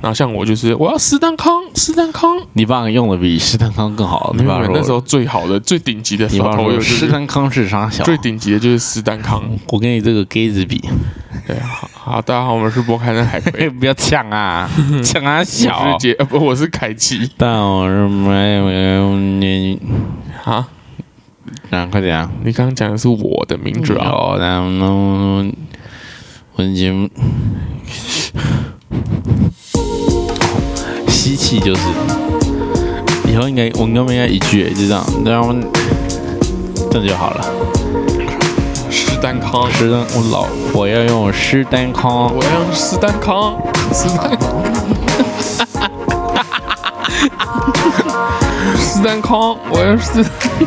然后像我就是我要斯丹康， 你爸用的比斯丹康更好。 没有那时候最好的、最顶级的你爸说斯丹康是啥小？ 最顶级的就是斯丹康。 我跟你这个 gay 子比。 对，好，大家好，我们是波开的海龟， 不要抢啊，抢啊小！ 我是凯奇。 但我是你啊， 快点啊！ 你刚刚讲的是我的名字啊。 哦，然后我已经吸气就是，以后我应该一句就这样，然后这样就好了。 斯丹康， 我要用斯丹康， 我要用斯丹康，斯丹康，我要斯。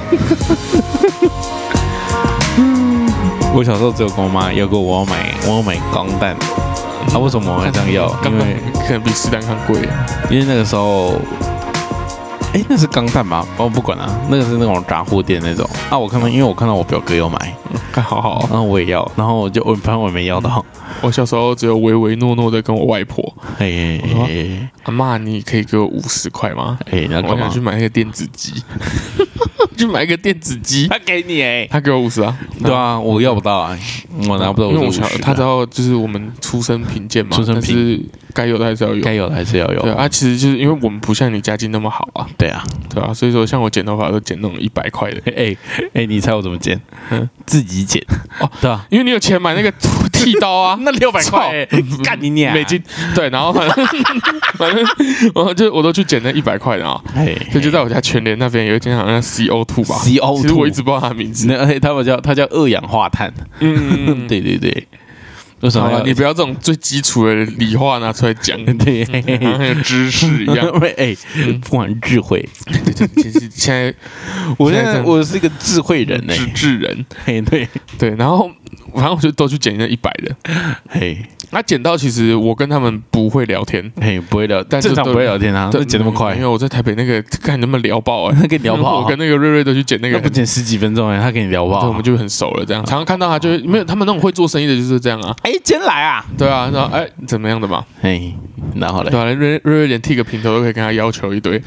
我小时候只有跟我妈要过我要买钢弹，为什么我会这样要？因为可能比斯丹康贵， 因为那个时候。那是钢弹吗？我不管啊，那个是那种杂货店那种啊。因为我看到我表哥有买， 好， 然后我也要，然后反正我也没要到。 我小时候只有唯唯诺诺的跟我外婆，阿嬷，你可以给我50块吗？我想去买那个电子鸡，去买一个电子鸡， 他给你他给我50啊， 对啊，我要不到啊，我拿不到， 因为他知道就是我们出身贫贱嘛，但是该有的还是要有，对啊，其实就是因为我们不像你家境那么好啊，对啊，所以说像我剪头发都剪那种100块的， 你猜我怎么剪？自己剪哦，对啊，因为你有钱买那个剃刀啊， 那600块，干你娘美金，对，然后反正我都去捡那100块的啊，所以就在我家全联那边有一间好像 CO2 吧 ，CO2， 其实我一直不知道它的名字， 它叫二氧化碳，对。为什么你不要这种最基础的理化拿出来讲， 对， 像知识一样， 不管智慧， 对，其实现在我是一个智慧人智人，对，然后反正我就都去捡那100的，那捡到其实我跟他们不会聊天， 不会聊，正常不会聊天啊，都捡那么快， 因为我在台北那个看能不能聊爆他跟你聊爆， 我跟那个瑞瑞都去捡那个， 不捡10几分钟他跟你聊爆， 我们就很熟了，这样常常看到他就没有他们那种会做生意的就是这样啊， 今天来啊， 对啊，然后怎么样的嘛， 然后嘞， 对啊，瑞瑞连剃个平头都可以跟他要求一堆。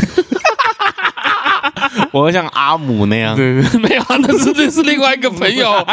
我会像阿姆那样， 对，没有，那是另外一个朋友。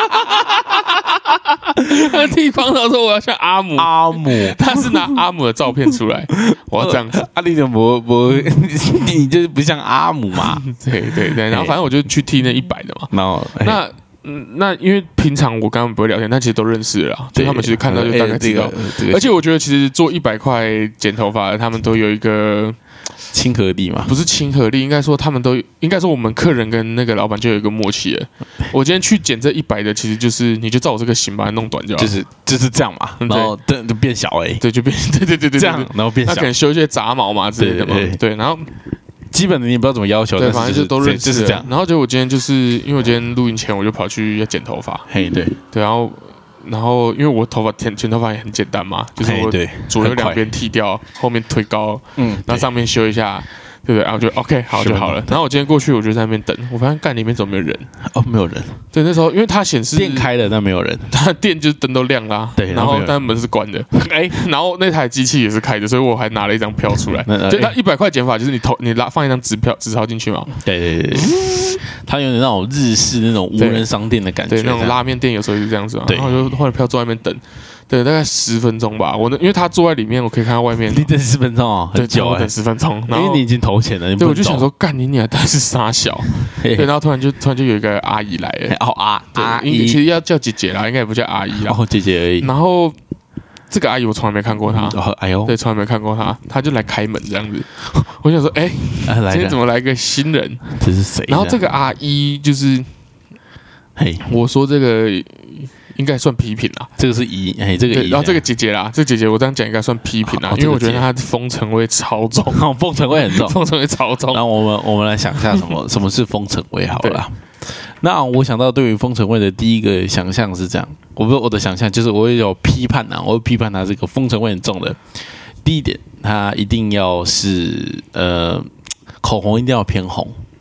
他剃光头说我要像阿姆，他是拿阿姆的照片出来，我要这样子。 你怎么不？你就是不像阿姆嘛？ 对，然后反正我就去剃那100的嘛。然后那因为平常我跟他们不会聊天，但其实都认识了啦，就他们其实看到就大概知道。而且我觉得其实做100块剪头发的，他们都有一个亲和力嘛？ 不是亲和力，应该说我们客人跟那个老板就有一个默契了。我今天去剪这100的，其实就是你就照我这个型把它弄短就好， 就是这样嘛。然后就变小对，就变对， 这样，然后变小， 他可能修一些杂毛嘛之类的嘛，对，然后。 基本的你也不知道怎么要求， 对，反正就都认识， 就是这样。 然后就我今天就是因为我今天录音前我就跑去要剪头发， 对， 然后因为我头发剪头发也很简单嘛，就是我左右两边剃掉，后面推高，然后上面修一下。对不对？然后就 OK 好就好了。然后我今天过去，我就在那边等，我发现干里面怎么没有人？ 没有人。 对，那时候因为它显示店开了，但没有人。 它店就是灯都亮啦，对，然后但门是关的。然后那台机器也是开的，所以我还拿了一张票出来。就它100块剪法，就是你放一张纸钞进去嘛。对。 它有点那种日式那种无人商店的感觉， 对，那种拉面店有时候就是这样子嘛。然后我就换了票坐在那边等。对，大概10分钟吧。因为他坐在里面，我可以看到外面。 你等10分钟哦，很久等10分钟。 因为你已经投钱了， 对，我就想说，干你娘，但是傻小。对，然后突然就有一个阿姨来了。 阿姨， 其实要叫姐姐啦，应该也不叫阿姨啦。 姐姐而已。 然后这个阿姨我从来没看过她。 对， 从来没看过她，她就来开门这样子。我想说，今天怎么来个新人？ 这是谁？ 然后这个阿姨就是，我说这个。应该算批评啦， 这个是姨，这个姨， 然后这个姐姐啦，这姐姐我这样讲应该算批评啦，因为我觉得她风尘味超重， 风尘味很重， 风尘味超重。 然后我们来想一下什么是风尘味好了。那我想到对于风尘味的第一个想象是这样，我的想象就是我有批判我会批判它这个风尘味很重的。第一点，它一定要是口红一定要偏红。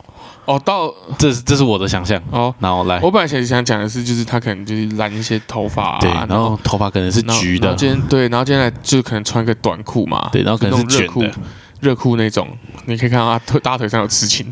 哦，到这是我的想象哦。然后来， 我本来想讲的是，就是他可能就是染一些头发， 对，然后头发可能是橘的。 然后今天来就可能穿个短裤嘛， 对，然后可能是卷的热裤那种，你可以看到他大腿上有刺青。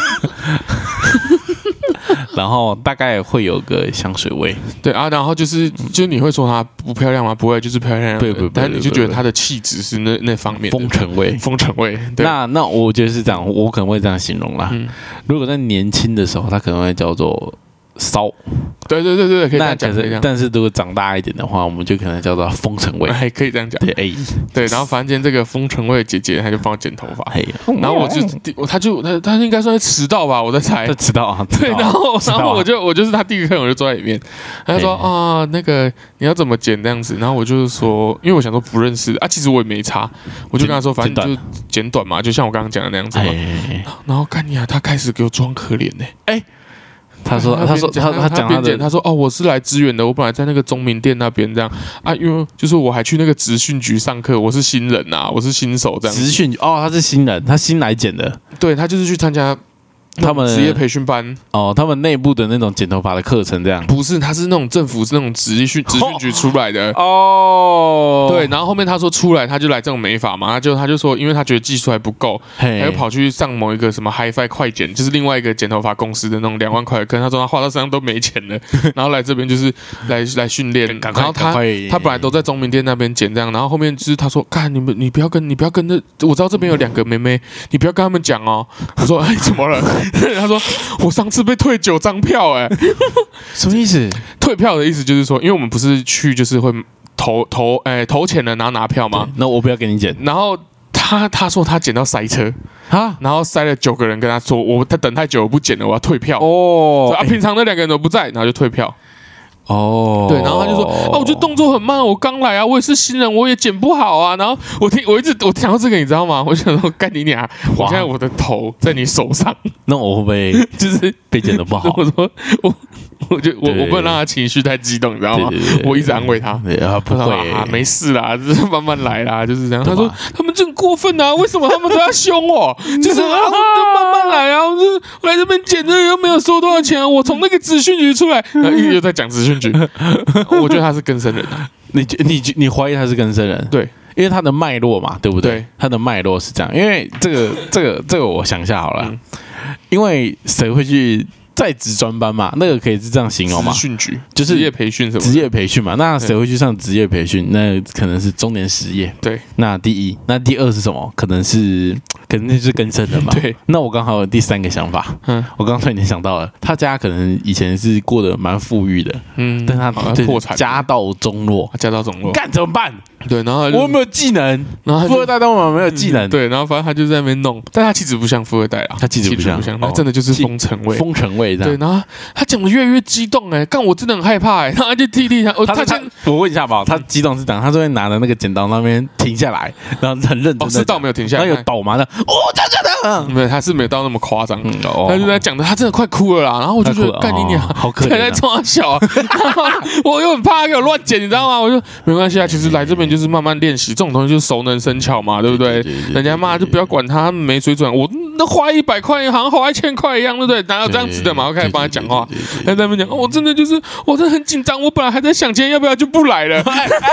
然后大概会有个香水味， 对啊，然后就是你会说她不漂亮吗？不会，就是漂亮。对，但你就觉得她的气质是那方面风尘味。那我觉得是这样，我可能会这样形容啦。如果在年轻的时候，她可能会叫做骚。对，可以这样讲。但是如果长大一点的话，我们就可能叫做风尘味， 还可以这样讲。对，然后反正这个风尘味的姐姐，她就帮我剪头发，然后她应该算是迟到吧，我在猜。 迟到啊。 对，然后我就是她第一个客人，我就坐在里面，她说啊，那个你要怎么剪这样子？然后我就是说，因为我想说不认识啊，其实我也没差，我就跟她说，反正就剪短嘛，就像我刚刚讲的那样子嘛。然后干你啊，她开始给我装可怜呢。 他讲他说哦，我是来支援的，我本来在那个中民店那边这样啊，因为就是我还去那个职训局上课，我是新人啊，我是新手这样。 职训他是新人，他新来剪的， 对他就是去参加他们职业培训班他们内部的那种剪头发的课程这样。 不是，他是那种政府是那种职训局出来的对，然后后面他说出来他就来这种美发嘛，他就说，因为他觉得技术还不够，他就跑去上某一个什么 HiFi 快剪，就是另外一个剪头发公司的那种2万块的课，他说他花到身上都没钱了，然后来这边就是来训练，然后他本来都在中民店那边剪这样，然后后面就是他说，看你不要跟那，我知道这边有2个妹妹，你不要跟他们讲哦。我说怎么了？他说我上次被退9张票什么意思？ 退票的意思就是说，因为我们不是去就是会投钱了，然后拿票吗？ 那我不要给你剪。 然后他说他剪到塞车然后塞了9个人跟他说他等太久我不剪了，我要退票平常那2个人都不在，然后就退票。对，然后他就说我觉得动作很慢，我刚来啊，我也是新人，我也剪不好啊。然后我讲到这个，你知道吗？我想说干你娘！我现在我的头在你手上， 那我会不会就是被剪得不好？ 我说我不能让他情绪太激动，你知道吗？我一直安慰他， 不会没事啦，就是慢慢来啦，就是这样。他说他们真过分啊，为什么他们都要凶我？就是慢慢来啊，我来这边剪这又没有收多少钱啊，我从那个资讯局出来，然后又在讲资讯局，我觉得他是更生人啊。 你怀疑他是更生人？ 对， 因为他的脉络嘛，对不对？他的脉络是这样，因为这个我想一下好了，因为谁会去？在职专班嘛，那个可以是这样形容嘛？ 职训局就是职业培训什么？ 职业培训嘛，那谁会去上职业培训？那可能是中年实业。 对， 那第一，那第二是什么？可能就是更生人嘛。 对， 那我刚好有第3个想法。我刚突然间想到了，他家可能以前是过得蛮富裕的，但他破产， 家道中落，干怎么办？ 对，然后我没有技能，然后富二代当然没有技能， 对，然后反正他就在那边弄，但他气质不像富二代啊， 他气质不像， 他真的就是风尘味，对，然后他讲的越来越激动干我真的很害怕然后他就踢他， 我问一下吧，他激动是怎样？他就会拿着那个剪刀那边停下来，然后很认真的， 是倒没有停下来， 他有抖吗？真的， 没有，他是没有到那么夸张，他就在讲的，他真的快哭了啦，然后我就觉得干你娘， 好可怜， 在冲他笑，我又很怕他给我乱剪，你知道吗？我就没关系啊，其实来这边就是慢慢练习，这种东西就是熟能生巧嘛，对不对？人家骂就不要管他，没水准，我那花100块好像花1000块一样，对不对？哪有这样子的嘛？我开始帮他讲话，他在那边讲，我真的很紧张，我本来还在想今天要不要就不来了。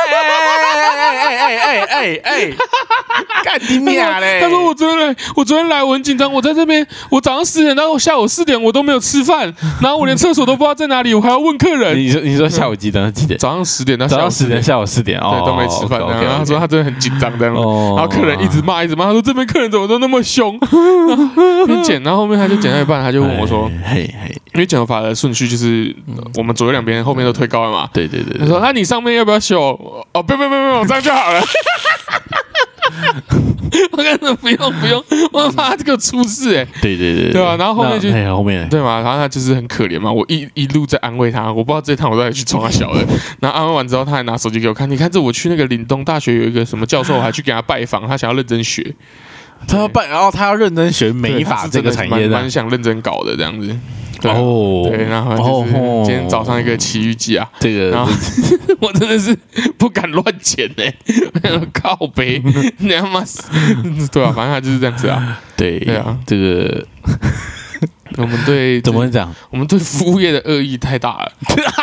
干你娘嘞！ 他说我昨天来我很紧张，我在这边，我早上10点到下午4点我都没有吃饭，然后我连厕所都不知道在哪里，我还要问客人。 你说下午几点？ 早上10点到下午4点，下午4点对，都没吃饭。然后他说他真的很紧张这样，然后客人一直骂，他说这边客人怎么都那么凶，边剪，然后后面他就剪到一半，他就问我说，因为剪头发的顺序就是我们左右两边后面都推高了嘛， 对， 他说那你上面要不要修？不用，这样就好了。我跟他说不用，我怕他这个出事对吧？然后后面就后面对嘛，然后他就是很可怜嘛，我一路在安慰他，我不知道这一趟我到底去冲他小的。然后安慰完之后，他还拿手机给我看，你看这我去那个岭东大学有一个什么教授，我还去给他拜访，他想要认真学， 然后他要认真学美发这个产业， 蛮想认真搞的这样子。对，然后就是今天早上一个奇遇记啊， 这个， 然后我真的是不敢乱剪靠北，你他妈对啊，反正他就是这样子啊， 对啊，这个我们对怎么会这样？ 我们对服务业的恶意太大了，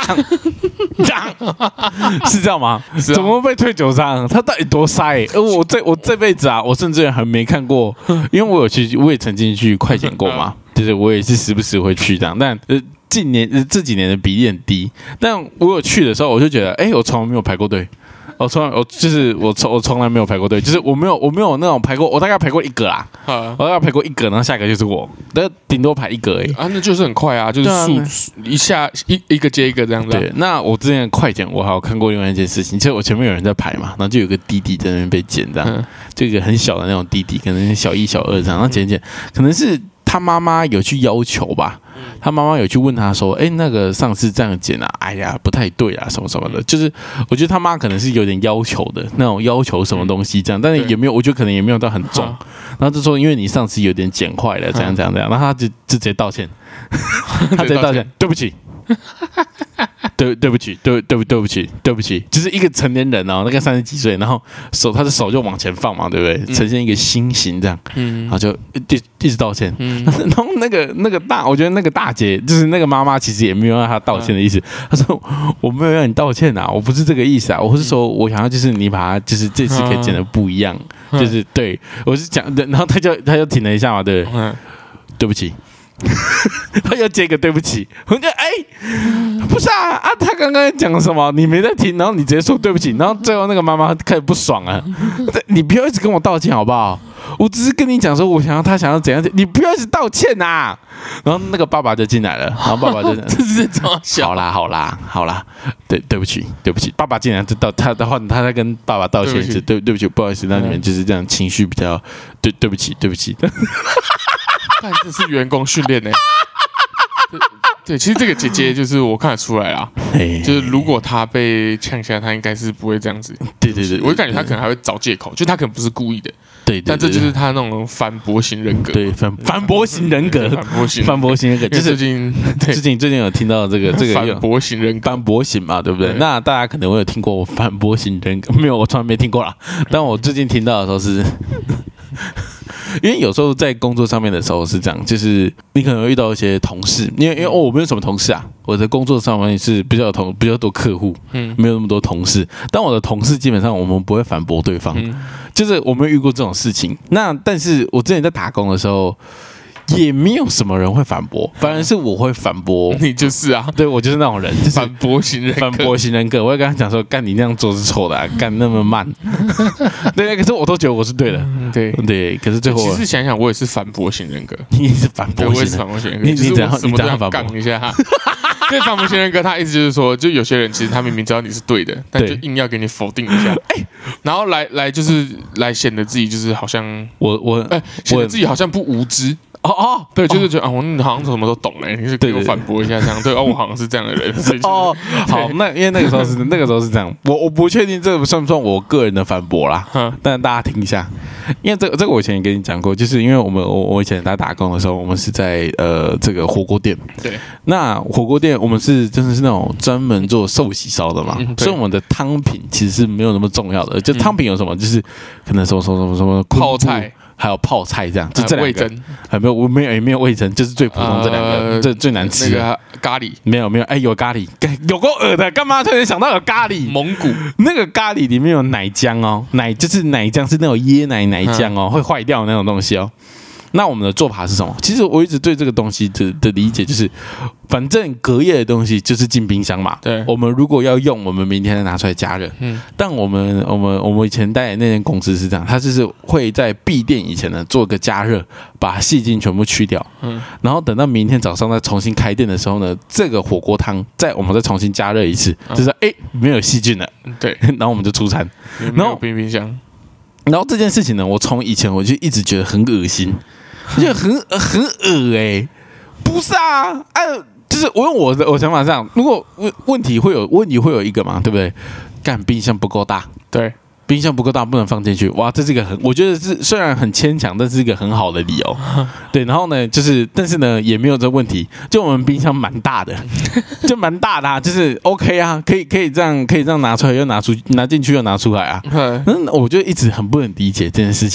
是这样吗？ 是啊、 怎么会被退酒商？他到底多塞？我这辈子啊，我甚至还没看过，因为我也曾经去快检过嘛，就是我也是时不时会去这样，但这几年的比例很低，但我有去的时候，我就觉得，我从来没有排过队。我从来没有排过队，就是我没有那种排过，我大概排过一个啦，我大概排过一个，然后下一个就是我，但顶多排一个而已啊，那就是很快啊，就是一下一个接一个这样子。 对，那我之前的快检我还有看过另外一件事情，就是我前面有人在排嘛，然后就有个弟弟在那边被检这样，就一个很小的那种弟弟，可能小1小2这样，然后检，可能是他妈妈有去要求吧。他妈妈有去问他说：“那个上次这样剪啊，哎呀不太对啊，什么什么的。”就是我觉得他妈可能是有点要求的那种要求什么东西这样，但是也没有，我觉得可能也没有到很重。然后就说因为你上次有点剪坏了，这样，然后他就直接道歉，他直接道歉，对不起。对不起，就是一个成年人哦，大概30几岁，然后他的手就往前放嘛，对不对？呈现一个心形这样，然后就一直道歉，然后我觉得那个大姐就是那个妈妈，其实也没有让他道歉的意思。她说我没有让你道歉啊，我不是这个意思啊，我是说我想要就是你把它就是这次可以剪得不一样，就是对我是讲，然后他就停了一下嘛，对不起。他又接个对不起，我就不是啊，他刚刚讲什么你没在听，然后你直接说对不起，然后最后那个妈妈开始不爽了，你不要一直跟我道歉好不好？我只是跟你讲说他想要怎样，你不要一直道歉啊！然后那个爸爸就进来了，然后爸爸就这是怎么想？ 好啦，对不起，爸爸进来就他在跟爸爸道歉一次，对不起，不好意思，让你们就是这样情绪比较对不起。 但这是员工训练呢。对，其实这个姐姐就是我看得出来啦，就是如果她被呛下，她应该是不会这样子。 对， 我感觉她可能还会找借口，就她可能不是故意的。 对， 但这就是她那种反驳型人格。 对，反驳型人格，就是最近有听到这个反驳型人格， 反驳型嘛，对不对？那大家可能会有听过反驳型人格，没有，我从来没听过啦。但我最近听到的时候是。因为有时候在工作上面的时候是这样，就是你可能会遇到一些同事，因为我没有什么同事啊，我的工作上面是比较多客户，没有那么多同事。但我的同事基本上我们不会反驳对方，就是我没有遇过这种事情。但是我之前在打工的时候。也没有什么人会反驳，反而是我会反驳。 你就是啊， 对我就是那种人，就是反驳型人格。 我会跟他讲说，干你那样做是错的，干那么慢。对，可是我都觉得我是对的。对，可是最后其实想想，我也是反驳型人格。 你也是反驳型人格，你怎样反驳一下？对，反驳型人格，他意思就是说，就有些人其实他明明知道你是对的，但就硬要给你否定一下，然后来就是来显得自己就是好像显得自己好像不无知。对，就是觉得我好像什么都懂嘞，你是给我反驳一下这样，对我好像是这样的人。 好，那因为那个时候是这样，我不确定这个算不算我个人的反驳啦，但大家听一下，因为这个我以前也跟你讲过，就是因为我以前在打工的时候，我们是在这个火锅店， 对， 那火锅店我们是真的是那种专门做寿喜烧的嘛，所以我们的汤品其实是没有那么重要的，就汤品有什么，就是可能什么泡菜。 还有泡菜这样，就这两个，没有味噌，就是最普通这两个，这最难吃。 那个咖喱没有，有咖喱，有够恶的，干嘛突然想到有咖喱？ 蒙古那个咖喱里面有奶浆哦，就是奶浆是那种椰奶浆哦，会坏掉的那种东西哦。那我们的做法是什么？其实我一直对这个东西的理解就是，反正隔夜的东西就是进冰箱嘛。 对， 我们如果要用，我们明天再拿出来加热。但我们以前待的那间公司是这样，它就是会在闭店以前呢做个加热，把细菌全部去掉。然后等到明天早上再重新开店的时候呢，这个火锅汤我们再重新加热一次，就是没有细菌了。 对， 然后我们就出餐， 然后冰箱。 然后这件事情呢，我从以前我就一直觉得很恶心。就很恶不是啊，就是我用我想法上，如果问题会有一个嘛，对不对？干冰箱不够大， 对， 冰箱不够大不能放进去，哇，这是一个我觉得是虽然很牵强，但是一个很好的理由，对。然后呢，但是呢也没有这问题，就我们冰箱蛮大的，就蛮大的，就是 OK 啊，可以这样拿出来，又拿进去又拿出来啊。我就一直很不能理解这件事情。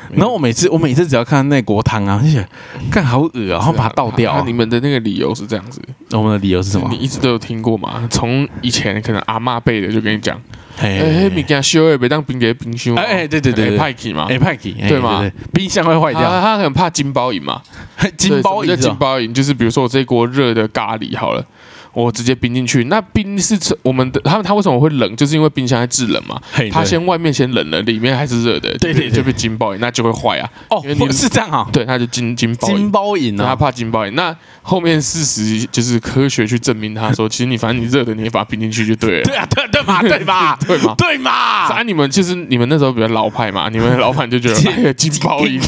然后我每次只要看到那锅汤啊，就觉得干好恶啊，然后把它倒掉。 你们的那个理由是这样子， 我们的理由是什么？ 你一直都有听过嘛？从以前可能阿嬷辈的就跟你讲，物件烧的别当冰在冰箱， 对， 派去嘛， 派去， 对吗？ 冰箱会坏掉， 他很怕金包银嘛， 金包银就是比如说我这一锅热的咖喱好了。我直接冰进去，那冰是我们的，它为什么会冷？就是因为冰箱在制冷嘛，它外面先冷了，里面还是热的，对，就被金包银，那就会坏啊。 哦，是这样啊， 对，它就金包银啊，他怕金包银。那后面事实就是科学去证明，他说其实反正你热的，你也把它冰进去就对了。 对啊，对嘛。 啊，你们那时候比较老派嘛，你们老板就觉得金包银，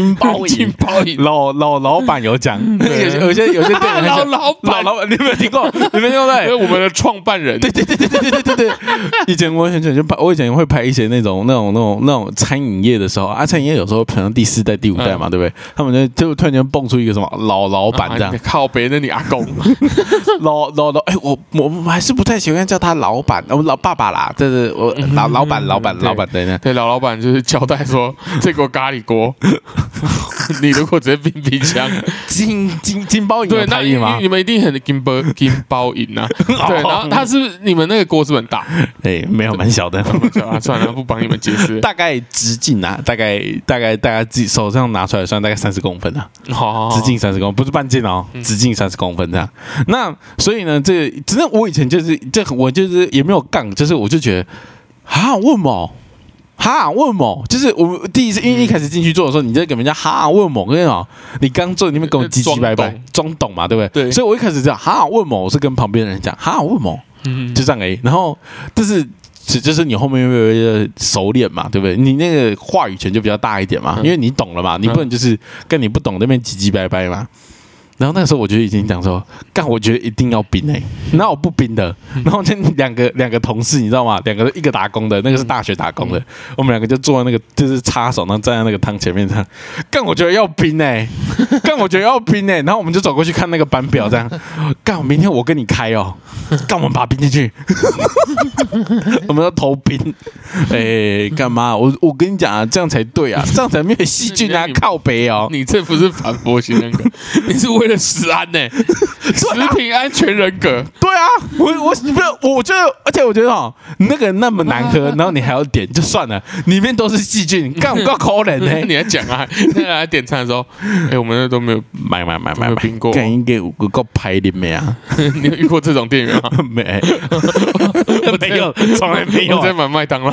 老板有讲，有些店老板， 你有没有听过？你们用在我们的创办人， 对，以前我以前会拍一些那种餐饮业的时候啊，餐饮业有时候可能第4代、第5代嘛，对不对？他们就突然间蹦出一个什么老板这样， 靠北那你阿公， 老，我还是不太喜欢叫他老板，我老爸爸啦，这是我老板对，老板就是交代说这锅咖喱锅，你如果直接冰箱， 金包银对，那你们一定很金包银啊，对，然后它是你们那个锅是很大， 没有蛮小的， 算了，不帮你们解释。 大概直径啊，大概自己手上拿出来算大概30公分啊，直径30公分，不是半径哦，直径30公分这样。那所以呢，只是我以前我就是也没有杠，就是我就觉得问某，就是我第一次，因为一开始进去做的时候，你在跟人家问某，跟你讲，你刚做，你们跟我唧唧拜拜，装懂嘛，对不对？对。所以我一开始这样问某，我是跟旁边的人讲问某，就这样而已。然后，但是就是你后面有一个熟练嘛，对不对？你那个话语权就比较大一点嘛，因为你懂了嘛，你不能就是跟你不懂那边唧唧拜拜嘛。然后那个时候我就已经讲说，我觉得一定要冰那我不冰的。然后就两个同事，你知道吗？一个打工的，那个是大学打工的，我们2个就坐在那个就是插手，然后站在那个汤前面这样，我觉得要冰我觉得要冰然后我们就走过去看那个班表，这样，明天我跟你开哦，我们把它冰进去，我们要投冰，干嘛？我跟你讲啊，这样才对啊，这样才没有细菌啊，靠北哦， 你这不是反驳型人格，你是为了食安食品安全人格。 对啊，我觉得，而且我觉得那个那么难喝，然后你还要点，就算了，里面都是细菌，够可怜你还讲啊？那个来点餐的时候，我们那都没有买冰过， 应该有个排的没啊？ 你有遇过这种店员吗？ 没有，从来没有。 我在买麦当劳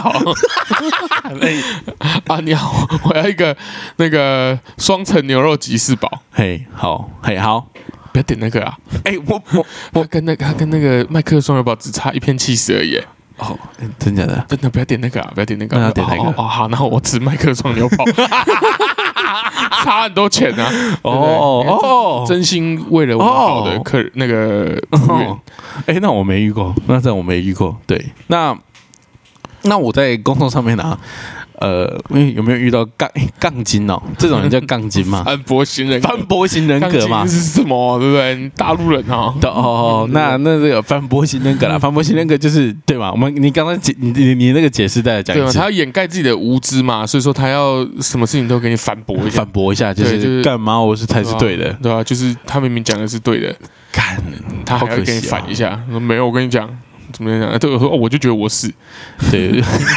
啊！你好，我要一个那个双层牛肉吉士堡。 好， 不要点那个啊！我跟那个麦克双牛堡只差1片起司而已。 真假的？ 真的不要点那个啊！不要点那个， 要点那个。 好，那我吃麦克双牛堡，差很多钱啊！真心为了我好的那个服务员。 那我没遇过，对，那我在工作上面啊。有没有遇到杠精哦？这种人叫杠精嘛？ 反驳型人格嘛？ 是什么？对不对？你大陆人哦。那这个反驳型人格啦，反驳型人格就是对嘛？你刚刚你那个解释再来讲一次， 对嘛？他要掩盖自己的无知嘛，所以说他要什么事情都给你反驳一下， 就是干嘛我才是对的， 对吧？就是他明明讲的是对的，他还要给你反一下，说没有，我跟你讲。怎么讲？对我说我就觉得我是，对，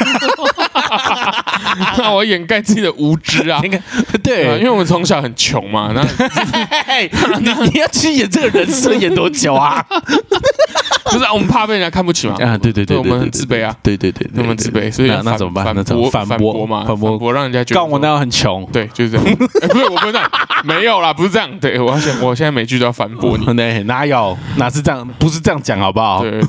那我掩盖自己的无知啊， 对， 因为我们从小很穷嘛，那你要去演这个人设演多久啊？ 不是我们怕被人家看不起嘛？ 对， 我们很自卑啊， 对， 我们自卑，所以那怎么办？ 反驳嘛，反驳让人家觉得我那样很穷， 对，就是这样。不是，我不是这样，没有啦，不是这样。对，我现在每句都要反驳你， 哪有？哪是这样？不是这样讲好不好？ 对。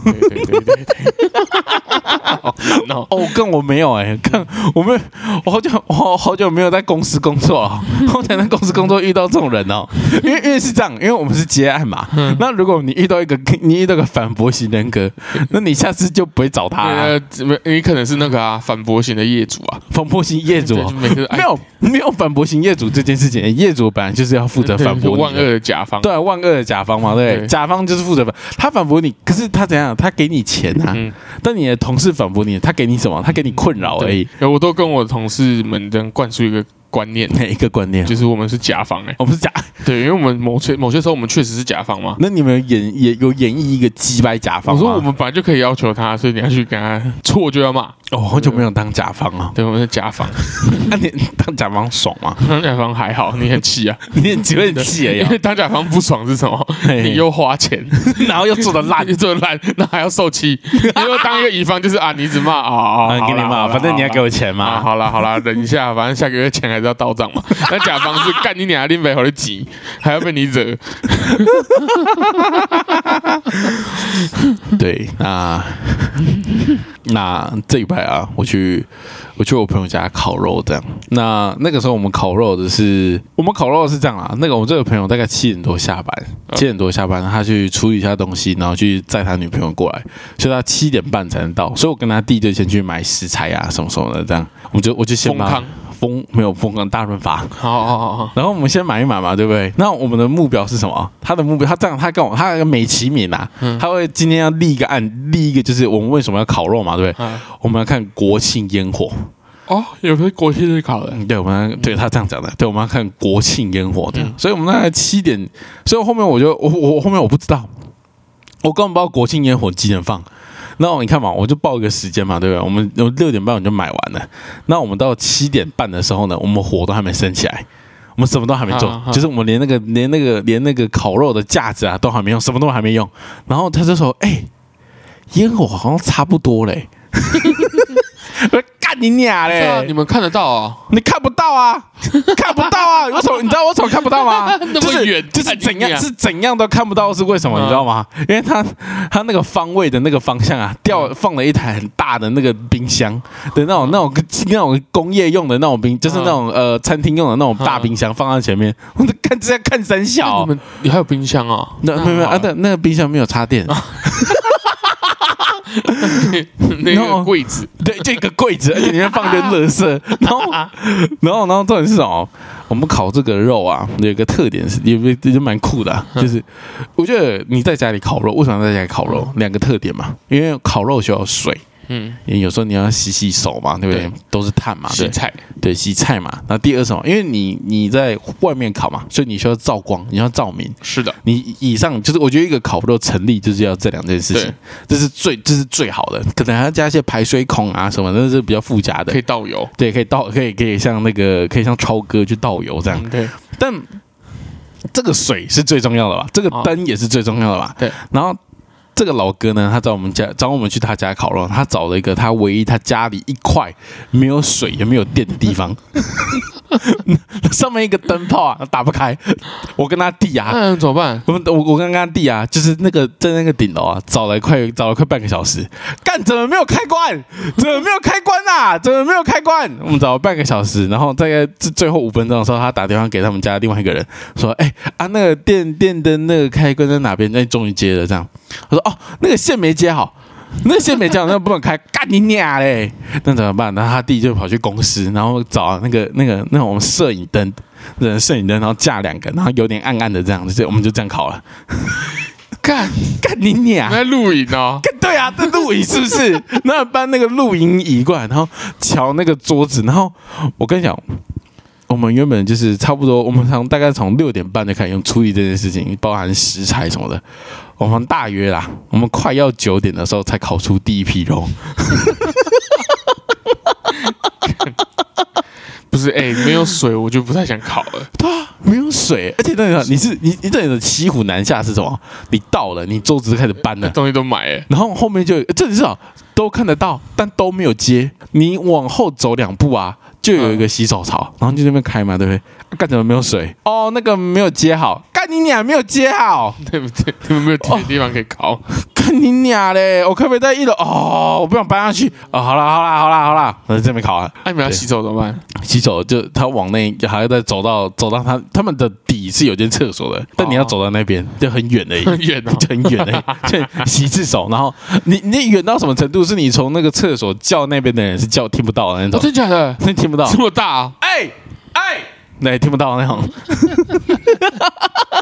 跟我没有我好久没有在公司工作了，我才在公司工作遇到这种人哦。因为是这样，因为我们是接案嘛。那如果你遇到个反驳型人格，那你下次就不会找他了。 你可能是那个反驳型的业主啊， 反驳型业主没有反驳型业主这件事情，业主本来就是要负责反驳你万恶的甲方， 对，万恶的甲方嘛，对，甲方就是负责他反驳你，可是他怎样？他给你钱啊，但你的同事反驳你，他给你什么？他给你困扰而已。 我都跟我同事们这样灌输一个观念， 哪一个观念？ 就是我们是甲方我们是甲， 对，因为我们某些时候我们确实是甲方嘛。 那你们有演绎一个击败甲方吗？ 我说我们本来就可以要求他，所以你要去跟他错就要骂。 好久没有当甲方了。 对，我们是甲方。 那你当甲方爽吗？ 当甲方还好，你很气啊， 你只会气而已。 因为当甲方不爽是什么？你又花钱， 然后又做得烂， 那还要受气。你又当一个乙方，就是你一直骂给你骂，反正你要给我钱嘛。 好啦，忍一下，反正下个月钱还是要到账嘛。但甲方是干你娘，拎背后的挤，还要被你惹。 对，那这一拜啊，我去我朋友家烤肉这样。那个时候我们烤肉的是这样啊。我这个朋友大概7点多下班，他去处理一下东西，然后去载他女朋友过来，所以他7点半才能到。所以我跟他弟就先去买食材啊什么什么的这样。我就先把丰康大润发， 好， 然后我们先买一买嘛，对不对？那我们的目标是什么？他的目标，他有个美其名啊，他会今天要立一个就是我们为什么要烤肉嘛，对不对？我们要看国庆烟火。 有个国庆日烤的， 对他这样讲的，对，我们要看国庆烟火的，所以我们大概7点，所以后面我后面我不知道，我根本不知道国庆烟火几点放。那你看嘛，我就报一个时间嘛，对不对？我们6点半我就买完了。那我们到7点半的时候呢，我们火都还没升起来，我们什么都还没做，就是我们连那个烤肉的架子啊都还没用，什么都还没用。然后他就说：“烟火好像差不多嘞。”干你娘嘞！ 你们看得到啊？ 你看不到啊？看不到啊？为什么？你知道为什么看不到吗？ 那么远， 就是怎样都看不到，是为什么？你知道吗？因为他那个方位的那个方向啊，放了一台很大的那个冰箱的那种工业用的那种冰，就是那种餐厅用的那种大冰箱放在前面。我在看三小， 你还有冰箱啊？ 没有那个冰箱没有插电。 那个柜子， 对，就一个柜子，而且里面放一堆垃圾。然后重点是什么？我们烤这个肉啊，有一个特点是，也蛮酷的，就是我觉得你在家里烤肉，为什么在家里烤肉？2个特点嘛，因为烤肉需要水。有时候你要洗手嘛，对不对？都是碳嘛， 洗菜， 对，洗菜嘛。那第二什么？因为你在外面烤嘛，所以你需要照光，你要照明。 是的， 你以上就是我觉得一个烤肉成立就是要这2件事情，这是最好的。可能还要加一些排水孔啊什么，那是比较附加的。 可以倒油， 对，可以像可以像超哥去倒油这样。 对， 但这个水是最重要的吧？这个灯也是最重要的吧？ 对， 然后。这个老哥呢，他找我们去他家烤肉，他找了一个他唯一他家里一块没有水也没有电的地方，上面一个灯泡啊打不开。我跟他弟啊， 怎么办？ 我跟他弟啊，就是在那个顶楼啊，找了快半个小时，怎么没有开关？怎么没有开关啊？怎么没有开关？我们找了半个小时，然后大概最后5分钟的时候，他打电话给他们家另外一个人，说：“那个电灯那个开关在哪边？”终于接了，这样。我说那个线没接好，那不能开，干你娘嘞！那怎么办？然后他弟就跑去公司，然后找那种摄影灯，然后架2个，然后有点暗暗的这样，我们就这样烤了。干你娘！ 在录影哦。 对啊，在录影是不是？那搬那个录影椅过来，然后瞧那个桌子，然后我跟你讲。我们原本就是差不多，我们大概从6点半就开始用处理这件事情，包含食材什么的。我们大约啦，我们快要9点的时候才烤出第一批肉。 不是没有水我就不太想烤了。 对啊，没有水，而且你这里的骑虎难下是什么？你到了，你桌子开始搬了， 东西都买然后后面就这至少都看得到，但都没有接。你往后走2步啊。就有一个洗手槽，然后就在那边开嘛，对不对？干怎么没有水？那个没有接好，干你娘没有接好， 对不对？你们没有地方可以烤， 干你娘嘞！我可不可以在1楼？我不想搬上去。好啦，我在这边烤啊。 你们要洗手怎么办？ 洗手就他往内还要再走到他们的底是有间厕所的，但你要走到那边就很远而已， 很远就很远而已，就洗一次手。然后你远到什么程度？是你从那个厕所叫那边的人是叫听不到的那种， 真假的？ 那听不到。 这么大啊！ 对，听不到那种。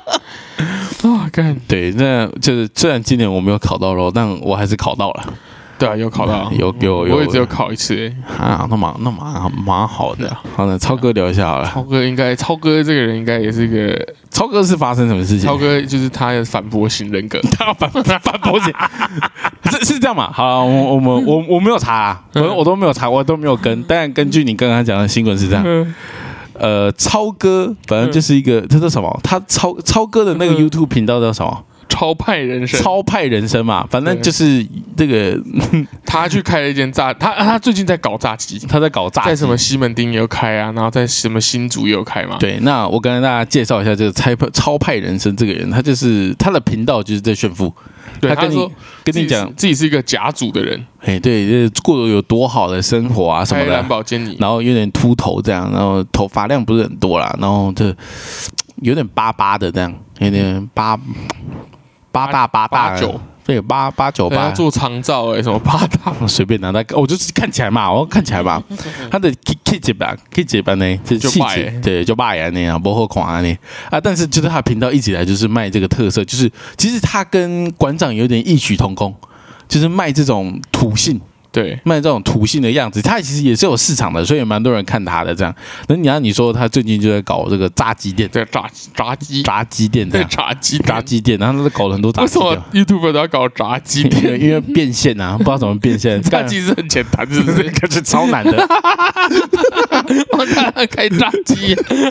干对，那就是虽然今年我没有烤到肉，但我还是烤到了。 对啊，有考到， 有， 我也只有考一次啊，那蛮好的。好的，超哥聊一下好了。 超哥这个人应该也是一个， 超哥是发生什么事情？ 超哥就是他的反驳型人格， 他反驳型，是这样嘛？好，我没有查，我都没有查，我都没有跟，但根据你刚刚讲的新闻是这样。超哥反正就是一个，这是什么？他超哥的那个 YouTube 频道叫什么？ 超派人生嘛，反正就是这个， 他去开了一间他最近在搞炸鸡，在什么西门町也有开啊，然后在什么新竹也有开嘛。 对，那我跟大家介绍一下这个超派人生这个人，他就是他的频道就是在炫富。 对，他跟你讲自己是一个甲组的人， 对，过得有多好的生活啊什么的， 蓝宝坚尼， 然后有点秃头这样，然后头发量不是很多啦，然后就有点巴巴的这样，有点八大九， 对898， 做长照什么八大， 随便拿他，我就是看起来嘛，他的 K 版呢，就气质，对，就霸呀那样，不好看呢啊，但是就是他频道一直以来就是卖这个特色，就是其实他跟馆长有点异曲同工，就是卖这种土性。对，卖这种土性的样子，他其实也是有市场的，所以也蛮多人看他的这样。那你说他最近就在搞这个炸鸡店， 对，炸鸡店， 对， 炸鸡店，然后他搞了很多炸鸡店。 为什么 YouTuber 都要搞炸鸡店？ 因为变现啊，不知道怎么变现。 炸鸡是很简单，是不是？ 可是超难的。 我看开炸鸡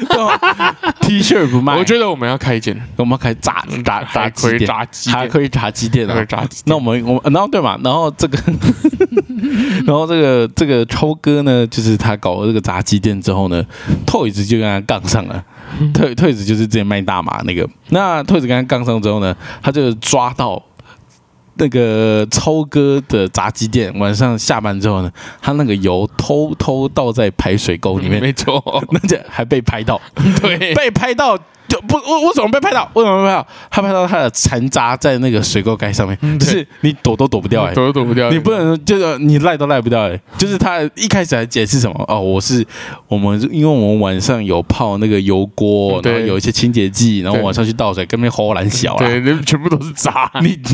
，T 恤不卖。 我觉得我们要开一间， 我们要开炸鸡店，还可以炸鸡店啊。那我们然后对嘛，然后这个。然后这个超哥呢，就是他搞了这个炸鸡店之后呢，Toys 就跟他杠上了。Toys 就是之前卖大麻那个，那 Toys 跟他杠上之后呢，他就抓到那个超哥的炸鸡店，晚上下班之后呢，他那个油偷倒在排水沟里面， 没错， 那就还被拍到， 对， 被拍到。就不，我怎么被拍到？为什么被拍到？他拍到他的残渣在那个水沟盖上面，就是你躲都躲不掉， 躲都躲不掉， 你不能就是你赖都赖不掉，就是他一开始还解释什么哦，因为我们晚上有泡那个油锅，然后有一些清洁剂，然后晚上去倒水，跟那荷兰小啦， 对，那全部都是渣。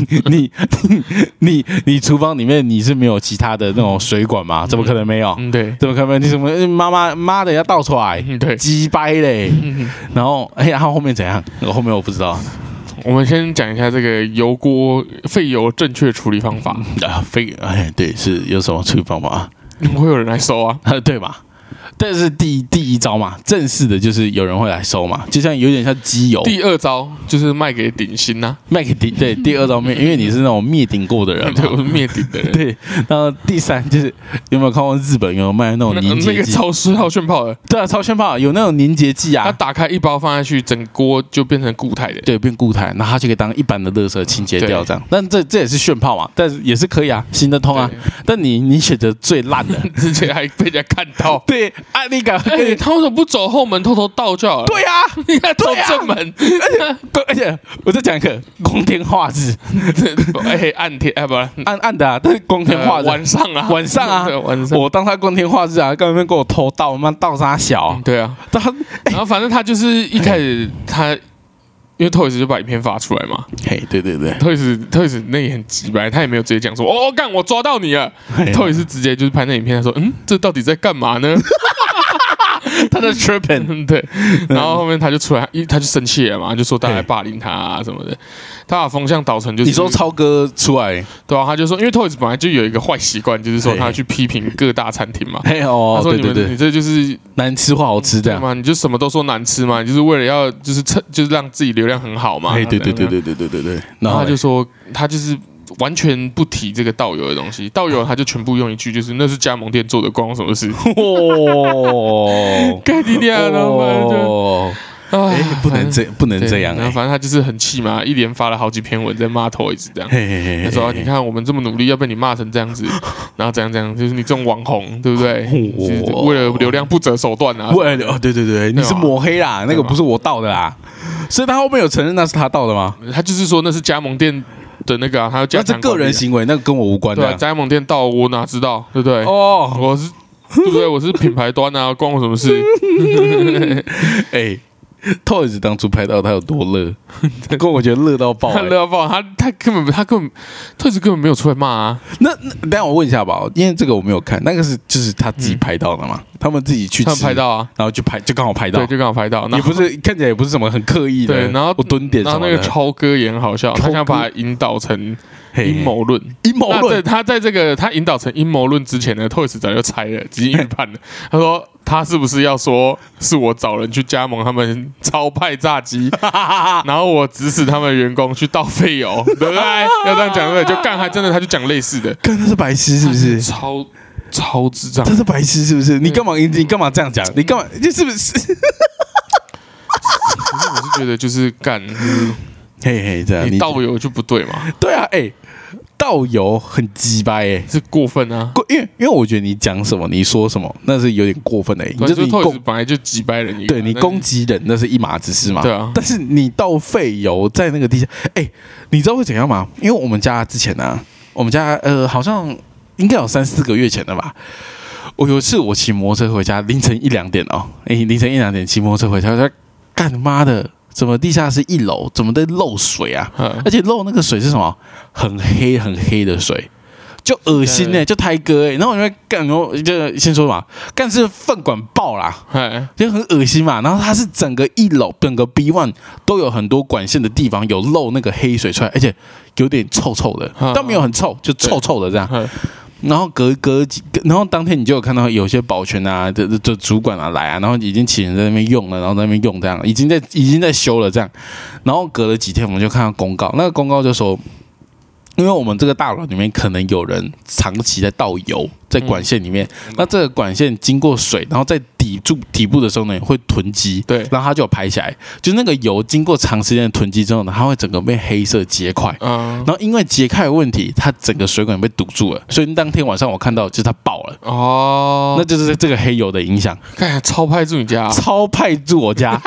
你厨房里面你是没有其他的那种水管吗？怎么可能没有？ 对， 怎么可能？你什么妈的要倒出来？ 对， 鸡掰嘞。然后他后面怎样？后面我不知道。 我们先讲一下这个油锅废油正确处理方法啊，对，是有什么处理方法？ 会有人来收啊？ 对吧？但是第一招嘛，正式的就是有人会来收嘛，就像有点像机油。 第二招就是卖给顶新呐， 对，第二招因为你是那种灭顶过的人嘛， 对，我是灭顶的人。 对，然后第三就是有没有看过日本有卖那种凝结剂？ 那个超炫炮的， 对啊，超炫炮，有那种凝结剂啊， 它打开一包放下去，整锅就变成固态的， 对，变固态，然后它就可以当一般的垃圾清洁掉这样。但这也是炫炮嘛，但是也是可以啊，行得通啊。但你选择最烂的， 之前还被人家看到， 对。那个， 他为什么不走后门偷偷倒就好了？ 对啊， 你看走正门， 而且我再讲一个光天化日， 暗天不暗的啊，但是光天化日， 晚上啊， 晚上，我当他光天化日啊，根本给我偷倒，妈倒啥小？ 对啊，然后反正他就是一开始他。因为 Toys 就把影片发出来嘛， 对 ，Toys 那也很急白，他也没有直接讲说哦干我抓到你了，Toys 直接就是拍那影片，他说这到底在干嘛呢？ 他的 tripping 对，然后后面他就出来，他就生气了嘛，就说大家来霸凌他啊什么的，他把风向导成就是你说超哥出来， 对啊，他就说因为 Toys 本来就有一个坏习惯，就是说他去批评各大餐厅嘛，他说你这就是难吃或好吃这样嘛，你就什么都说难吃嘛，你就是为了要就是让自己流量很好嘛， 对， 然后他就说他就是完全不提这个倒油的东西，倒油他就全部用一句就是那是加盟店做的，关我什么事？盖迪亚老板就。 不能这样然后反正他就是很气嘛，一连发了好几篇文在骂Toys这样。他说：“你看我们这么努力，要被你骂成这样子，然后怎样，就是你这种网红，对不对？为了流量不择手段啊！ 对，你是抹黑啦，那个不是我盗的啦。所以他后面有承认那是他盗的吗？ 他就是说那是加盟店的那个，他要加强。 那是个人行为，那个跟我无关的。 对，加盟店盗我哪知道，对不对？哦，我是对不对？我是品牌端啊，关我什么事？ Toys 当初拍到他有多热，跟我觉得热到爆， 他热到爆，他根本Toys 根本没有出来骂啊。 那等下我问一下吧，因为这个我没有看，那个就是他自己拍到的嘛？他们自己去， 他们拍到啊， 然后就刚好拍到， 对，就刚好拍到， 也不是看起来也不是什么很刻意的， 对，然后我蹲点什么的， 然后那个超哥也很好笑，他想把它引导成阴谋论，他在这个他引导成阴谋论之前呢 ，Toys 早就猜了，直接预判了。他说他是不是要说是我找人去加盟他们超派炸鸡，然后我指使他们员工去倒废油，对不对？要这样讲对不对？就干，还真的他就讲类似的， 干他是白痴是不是？ 超智障， 他是白痴是不是？你干嘛这样讲？你干嘛？就是不是？可是我是觉得就是干， 嘿嘿，这样你倒油就不对嘛？ 对啊，倒油很鸡掰是过分啊！ 因为我觉得你讲什么，你说什么，那是有点过分的。你就是本来就鸡掰人一个， 对你攻击人那是一码子事嘛。 对啊， 但是你倒废油在那个地下，你知道会怎样吗？因为我们家之前呢，我们家好像应该有3-4个月前了吧。我有一次我骑摩托车回家，凌晨1-2点哦，凌晨1-2点骑摩托车回家，我说干妈的。怎么地下室1楼怎么在漏水啊？而且漏那个水是什么？很黑的水，就恶心就胎哥然后我就会干，然后就先说嘛，干是粪管爆啦，就很恶心嘛。然后它是整个1楼整个 B1 都有很多管线的地方有漏那个黑水出来，而且有点臭臭的，但没有很臭，就臭臭的这样。然后然后当天你就有看到有些保全啊的主管啊来啊，然后已经请人在那边用了，然后在那边用这样，已经在修了这样。然后隔了几天，我们就看到公告，那个公告就说，因为我们这个大楼里面可能有人长期在倒油在管线里面，那这个管线经过水，然后在底部的时候呢会囤积， 对， 然后它就有排起来，就那个油经过长时间的囤积之后呢，它会整个被黑色结块，然后因为结块的问题，它整个水管被堵住了，所以当天晚上我看到就是它爆了，那就是这个黑油的影响。 看超派住你家， 超派住我家，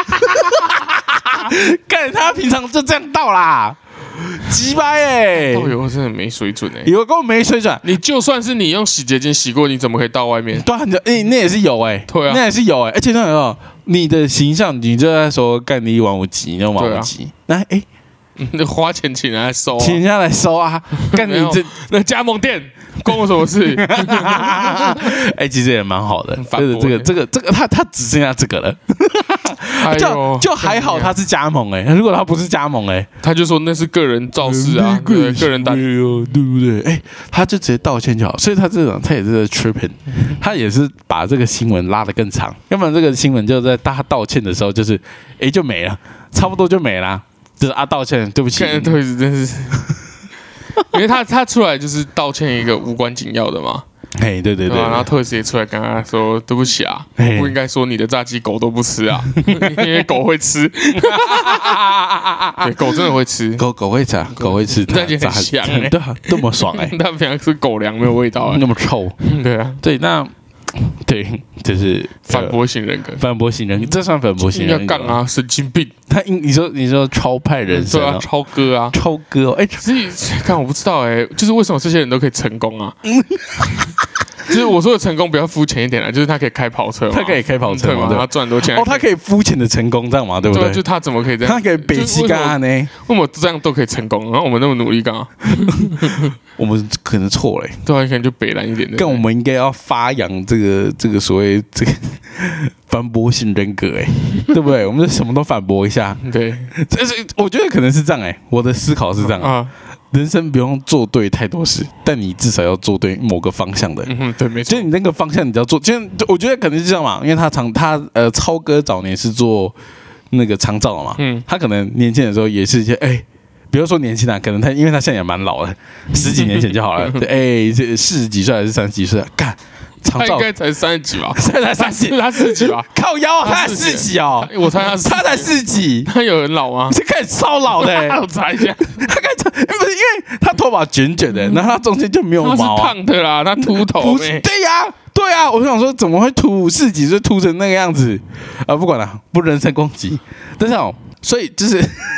干他平常就这样倒啦。鸡掰倒油真的没水准有够没水准。 你就算是你用洗洁精洗过，你怎么可以倒外面？ 对啊，那也是有对啊， 那也是有而且那有你的形象，你就在说干你1.5级，你1.5级，那那花钱请人来收， 请人家来收啊！干你那加盟店关我什么事？ 其实也蛮好的。这个，他只剩下这个了。就还好他是加盟如果他不是加盟他就说那是个人肇事啊，个人单， 对不对？他就直接道歉就好。所以他这种他也是 tripping， 他也是把这个新闻拉得更长，要不然这个新闻就在他道歉的时候就是就没了，差不多就没了。就是道歉，对不起， 对，真是，因为他出来就是道歉一个无关紧要的嘛。 对， 然后Toys也出来跟他说对不起啊，不应该说你的炸鸡狗都不吃啊，因为狗会吃，对，狗真的会吃， 狗会吃，狗会吃， 那就很香对啊，这么爽他平常吃狗粮没有味道那么臭， 对啊， 对，那。对，就是反驳型人格， 这算反驳型人格？ 要干啊，神经病！ 你说超派人生啊，超哥啊， 超哥所以看我不知道就是为什么这些人都可以成功啊？就是我说的成功比较肤浅一点就是他可以开跑车嘛， 他可以开跑车嘛， 他赚很多钱他可以肤浅的成功这样嘛，对不对？ 就他怎么可以这样？ 他可以北七干呢？ 为什么这样都可以成功？然后我们那么努力干嘛？ 我们可能错了对啊，可能就北蓝一点的。 但我们应该要发扬这个所谓这个反驳型人格对不对？我们就什么都反驳一下。 对， 但是我觉得可能是这样我的思考是这样人生不用做对太多事，但你至少要做对某个方向的。 对，没错。 就你那个方向，你要做。就我觉得可能是这样嘛，因为他超哥早年是做那个长照的嘛，他可能年轻的时候也是一些比如说年轻人，可能因为他现在也蛮老的，10几年前就好了。40几岁还是30几岁？干。 他应该才30几吧？ 才30， 他40几吧？ 靠腰他40几哦！ 我猜他才40几， 他有很老吗？ 这看超老的我查一下， 他看不是因为他头发卷卷的，然后他中间就没有毛他是烫的啦，他秃头。 对呀，我想说怎么会40几岁秃成那个样子不管了，不人身攻击。但是所以就是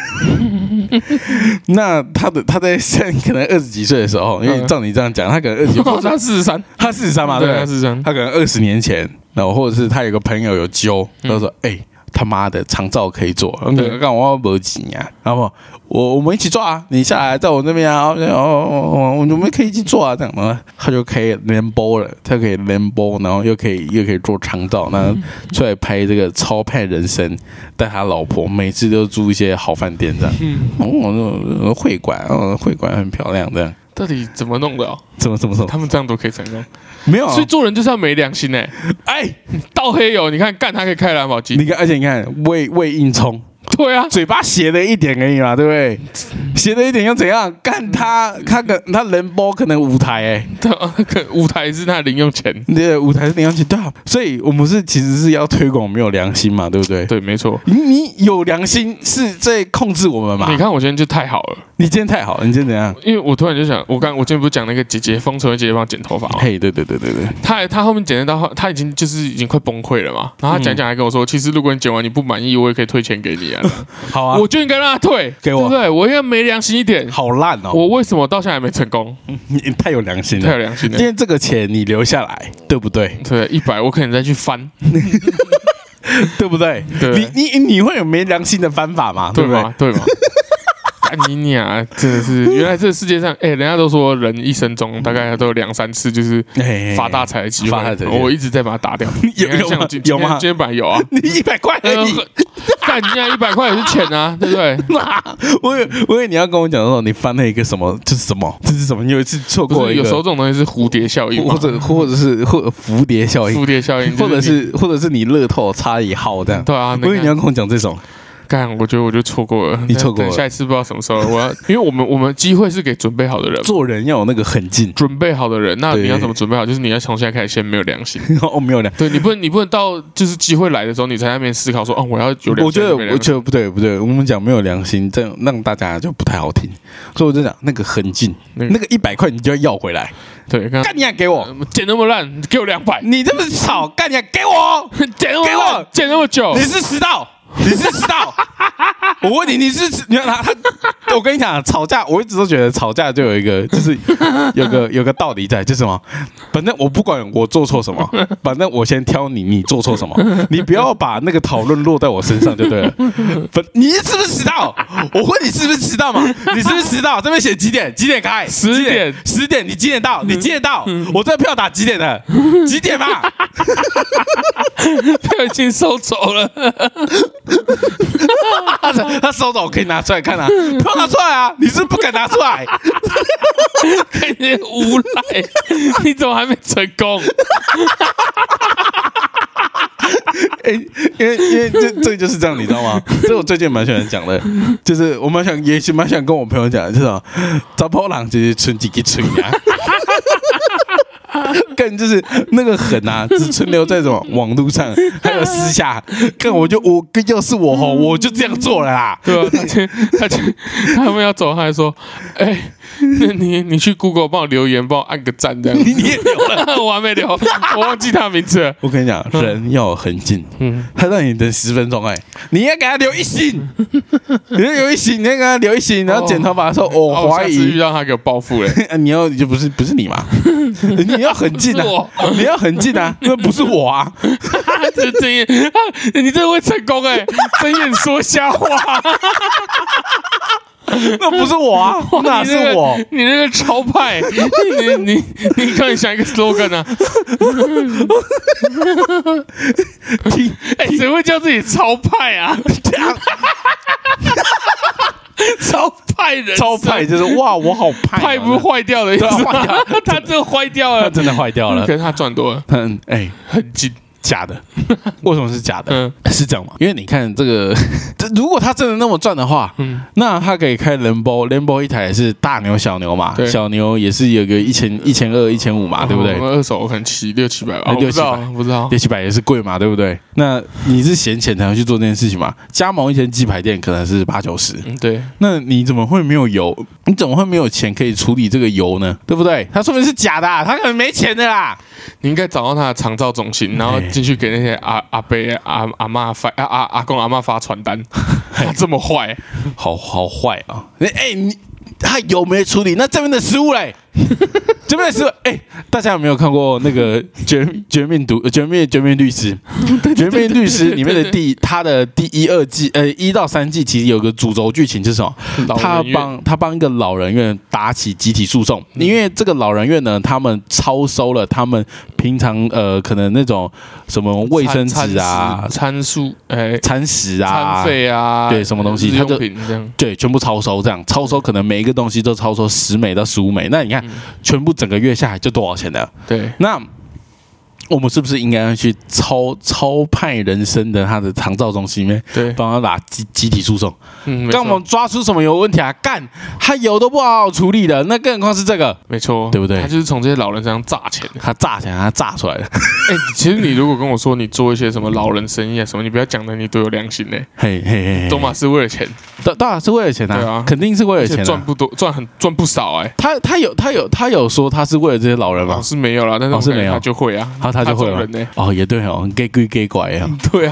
那他在可能20几岁的时候，因为照你这样讲，他可能20几，他43嘛，对，他43，他可能20年前，然后或者是他有个朋友有揪，他说他妈的长照可以做，干我没钱啊，然后我们一起做啊，你下来在我那边啊，我们可以一起做啊，这样嘛，他就可以联播了，他可以联播，然后又可以做长照，那出来拍这个超派人生，带他老婆每次都住一些好饭店这样，会馆很漂亮这样。 到底怎么弄的哦？ 怎么？ 他们这样都可以成功？ 没有、啊， 所以做人就是要没良心哎！倒黑油，你看干他可以开兰博基尼， 而且你看胃硬冲。 对啊， 嘴巴斜了一点而已嘛，对不对？斜了一点又怎样？干他人包可能舞台对啊，舞台是他的零用钱， 对，舞台是零用钱，对啊。所以我们其实是要推广没有良心嘛，对不对？ 对，没错。 你有良心是在控制我们嘛？ 你看我今天就太好了， 你今天太好了，你今天怎样？ 因为我突然就想，我今天不是讲那个风尘姐姐帮我剪头发吗？ 嘿，对， 他后面剪到他已经快崩溃了嘛，然后他讲还跟我说，其实如果你剪完你不满意，我也可以退钱给你啊。 好啊， 我就应该让他退， 给我， 对不对？我应该没良心一点。 好烂哦！ 我为什么到现在还没成功？ 你太有良心了， 太有良心了。 今天这个钱你留下来，对不对？ 对，100我可能再去翻， 对不对？ 对， 你会有没良心的翻法吗？对不对？ 对吗？干你娘！真的是，原来这个世界上，人家都说人一生中大概都有2-3次就是发大财的机会，我一直在把它打掉。 有吗？ 今天本来有啊， 你100块而已， 干你娘100块也是钱啊，对不对？ 我以为你要跟我讲的时候，你翻了一个什么？这是什么？你有一次错过一个， 有时候这种东西是蝴蝶效应， 或者是蝴蝶效应，或者是你乐透差1号这样。 对啊， 我以为你要跟我讲这种。 干，我觉得我就错过了， 你错过了， 下一次不知道什么时候。因为我们机会是给准备好的人， 做人要有那个狠劲， 准备好的人，那你要怎么准备好？就是你要从现在开始先没有良心， 没有良心， 对你不能到就是机会来的时候，你才在那边思考说，我要有良心。 我觉得不对，我们讲没有良心，这样让大家就不太好听，所以我就讲那个狠劲，那个100块你就要回来。对，干你还给我剪那么烂，给我200， 你这么吵，干你还给我剪那么烂，剪那么久， 你是迟到。我问你是你看他，我跟你讲，吵架我一直都觉得吵架就有一个，就是有个道理在，就是什么，反正我不管我做错什么，反正我先挑你做错什么，你不要把那个讨论落在我身上就对了。你是不是迟到？我问你是不是迟到嘛？你是不是迟到？这边写几点？几点开？10点，你几点到？你几点到？我这个票打几点的？几点嘛？ 票已经收走了。 他收走，我可以拿出来看啊！票拿出来啊！你是不敢拿出来， 看你无赖，你怎么还没成功？ 因为这就是这样，你知道吗？这我最近蛮喜欢讲的，就是我蛮想跟我朋友讲，就是查甫人就是存几个存呀。更就是那个狠啊，只存留在什么网络上，还有私下。更要是我吼，我就这样做了啦。 对啊，他们要走，他还说，那你去 Google 帮我留言，帮我按个赞这样。 你也留了， 我还没留，我忘记他名字了。 我跟你讲，人要有狠劲。他让你等10分钟，你要给他留1星，你要留1星，你要给他留1星，然后剪头发的时候，我怀疑遇到他给我报复了。 你就不是你嘛？你要狠劲啊！你要狠劲啊！那不是我啊！ 这睁眼，你这会成功睁眼说瞎话。 那不是我啊，哪是我？ 你那个超派，你赶紧想一个 slogan 啊！谁会叫自己超派啊？超派人， 超派就是哇，我好派， 派不是坏掉的意思吗？他真的坏掉了， 他真的坏掉了。 可是他赚多了， 很近。 假的，为什么是假的？是这样吗？因为你看这个，如果他真的那么赚的话，那他可以开联播一台也是大牛小牛嘛，小牛也是有个1200、1500嘛，对不对？ 二手我可能600-700吧 ，600-700 不知道 ，600-700也是贵嘛，对不对？那你是闲钱才能去做这件事情嘛？加盟一间鸡排店可能是80-90， 对。 那你怎么会没有油？你怎么会没有钱可以处理这个油呢？对不对？他说明是假的，他可能没钱的啦。 你应该找到他的长照中心，然后进去给那些阿伯阿嬷发阿公阿嬷发传单。他这么坏， 好坏啊！他有没处理？那这边的食物嘞？ 绝命律师，大家有没有看过那个绝命律师？绝命律师里面的他的第1、2季，1到3季其实有个主轴剧情就是什么？他帮一个老人院打起集体诉讼，因为这个老人院呢，他们超收了他们平常可能那种什么卫生纸啊、餐食啊、餐费啊， 对，什么东西他就对全部超收，这样超收可能每一个东西都超收10美到15美，那你看全部整个月下来就多少钱了？ 对， 那我们是不是应该要去超派人生的他的长照中心里面， 对， 帮他打集体诉讼？刚我们抓出什么有问题啊？干，他有都不好好处理的，那更何况是这个？ 没错， 对不对？ 他就是从这些老人身上榨钱， 他榨出来的。 其实你如果跟我说你做一些什么老人生意啊什么，你不要讲的你多有良心呢。 嘿， 都嘛是为了钱， 当然是为了钱啊，对啊，肯定是为了钱， 赚不多，赚不少他有说他是为了这些老人吗？ 是没有啦，但是没有，他就会啊， 他就会了。也对哦，给鬼给拐啊， 对啊。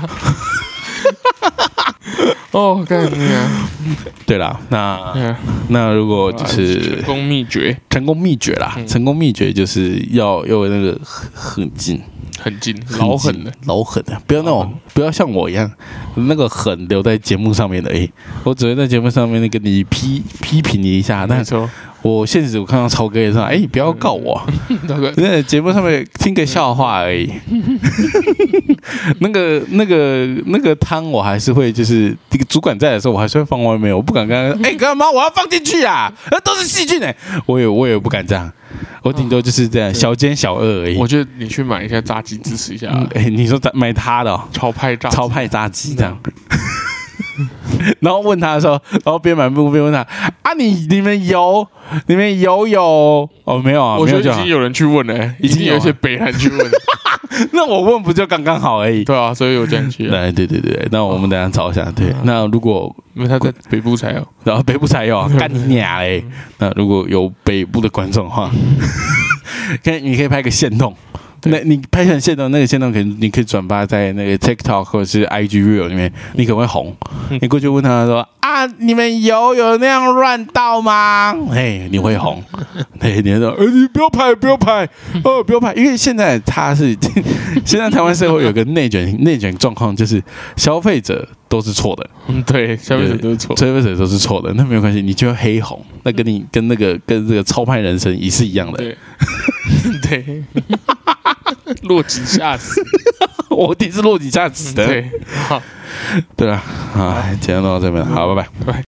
干你啊！ 对啦，那如果就是成功秘诀啦，成功秘诀就是要那个很近， 老狠的，不要像我一样，那个狠留在节目上面的。我只会在节目上面跟你批评你一下，但我现实我看到超哥也说，不要告我，在节目上面听个笑话而已。那个汤我还是会，就是这个主管在的时候，我还是会放外面，我不敢跟他干嘛？我要放进去啊，那都是细菌我也不敢这样，我顶多就是这样小奸小恶而已。 我觉得你去买一下炸鸡支持一下。 你说买他的超派炸鸡这样。然后问他的时候，然后边买边问他你们有没有啊？ 我觉得已经有人去问了，已经有一些北韩去问。 那我问不就刚刚好而已？ 对啊，所以我这样去。 对，那我们等一下找一下。对，那如果因为他在北部才有， 然后北部才有，干你娘嘞！那如果有北部的观众的话，你可以拍个限动。那你拍成线动，那个线动你可以转发在那个 TikTok 或者是 IG Reel 里面，你可能会红。你过去问他说你们有那样乱倒吗？你会红。你会说你不要拍，不要拍，因为现在现在台湾社会有个内卷状况，就是消费者都是错的。 对，消费者都是错， 消费者都是错的，那没有关系，你就黑红，那跟这个超派人生也是一样的。 对。落井下石， 我一定是落井下石的。 对，好， 对了，今天到这边，好，拜拜。